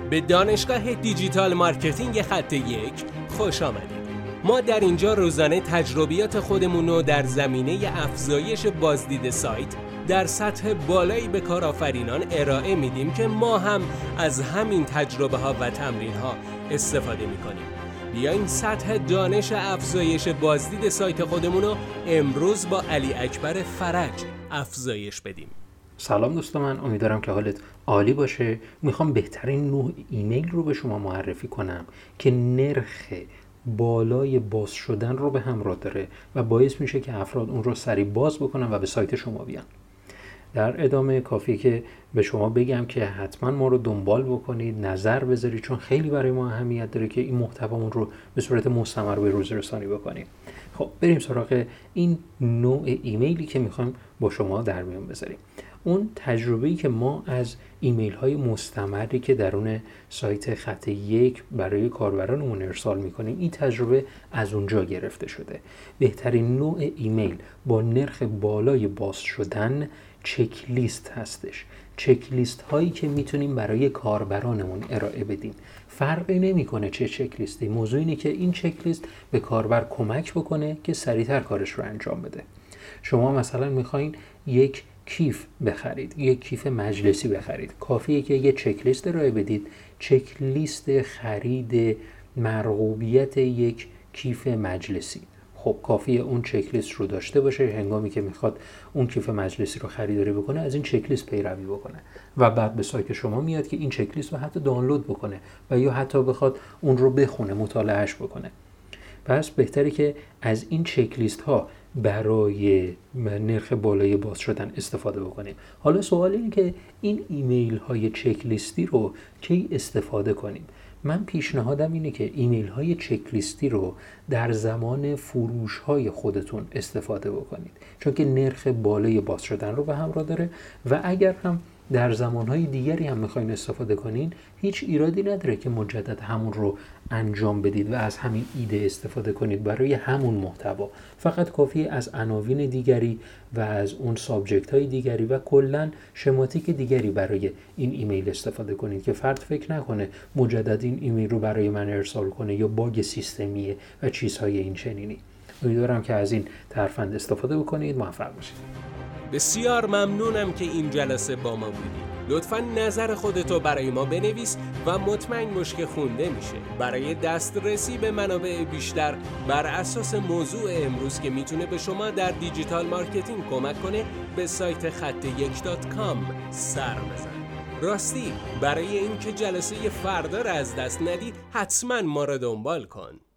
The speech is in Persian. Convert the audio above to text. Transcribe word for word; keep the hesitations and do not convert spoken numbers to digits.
به دانشگاه دیجیتال مارکتینگ خط یک خوش آمدید. ما در اینجا روزانه تجربیات خودمون رو در زمینه افزایش بازدید سایت در سطح بالایی به کارآفرینان ارائه میدیم که ما هم از همین تجربه ها و تمرین ها استفاده میکنیم. بیاین سطح دانش افزایش بازدید سایت خودمون رو امروز با علی اکبر فرج افزایش بدیم. سلام دوست من، امیدوارم که حالت عالی باشه. میخوام بهترین نوع ایمیل رو به شما معرفی کنم که نرخ بالای باز شدن رو به همراه داره و باعث میشه که افراد اون رو سریع باز بکنن و به سایت شما بیان. در ادامه کافیه که به شما بگم که حتما ما رو دنبال بکنید، نظر بذارید، چون خیلی برای ما اهمیت داره که این محتوامون رو به صورت مستمر به روز رسانی بکنیم. خب بریم سراغ این نوع ایمیلی که میخوایم با شما در میون بذاریم. اون تجربه‌ای که ما از ایمیل های مستمری که درون سایت خط یک برای کاربرانمون ارسال میکنیم، این تجربه از اونجا گرفته شده. بهترین نوع ایمیل با نرخ بالای باز شدن چک لیست هستش. چک لیست هایی که میتونیم برای کاربرانمون ارائه بدیم. فرقی نمیکنه چه چک لیستی، موضوع اینه که این چک لیست به کاربر کمک بکنه که سریعتر کارش رو انجام بده. شما مثلا میخواین یک کیف بخرید، یک کیف مجلسی بخرید، کافیه که یه چک لیست ارائه بدید. چک لیست خرید مرغوبیت یک کیف مجلسی. خب کافیه اون چک لیست رو داشته باشه، هنگامی که میخواد اون کیف مجلسی رو خریداری بکنه از این چک لیست پیروی بکنه و بعد به سایت شما میاد که این چک لیست رو حتی دانلود بکنه و یا حتی بخواد اون رو بخونه، مطالعهش بکنه. پس بهتره که از این چک لیست ها برای نرخ بالای باز شدن استفاده بکنیم. حالا سوال اینه که این ایمیل های چک لیستی رو کی استفاده کنیم؟ من پیشنهادم اینه که ایمیل های چک لیستی رو در زمان فروش های خودتون استفاده بکنید، چون که نرخ بالای باز شدن رو به همراه داره و اگر هم در زمانهای دیگری هم میخواین استفاده کنین هیچ ایرادی نداره که مجدد همون رو انجام بدید و از همین ایده استفاده کنید برای همون محتوا. فقط کافیه از عناوین دیگری و از اون سابجکت های دیگری و کلن شماتیک دیگری برای این ایمیل استفاده کنید که فرد فکر نکنه مجدد این ایمیل رو برای من ارسال کنه یا باگ سیستمیه و چیزهای این چنینی. امیدوارم که از این ترفند استفاده بکنید. موفق باشید. بسیار ممنونم که این جلسه با ما بودید. لطفاً نظر خودتو برای ما بنویس و مطمئن باش که خونده میشه. برای دسترسی به منابع بیشتر بر اساس موضوع امروز که میتونه به شما در دیجیتال مارکتینگ کمک کنه به سایت خط یک دات کام سر بزن. راستی برای اینکه جلسه فردا رو از دست ندی حتماً ما رو دنبال کن.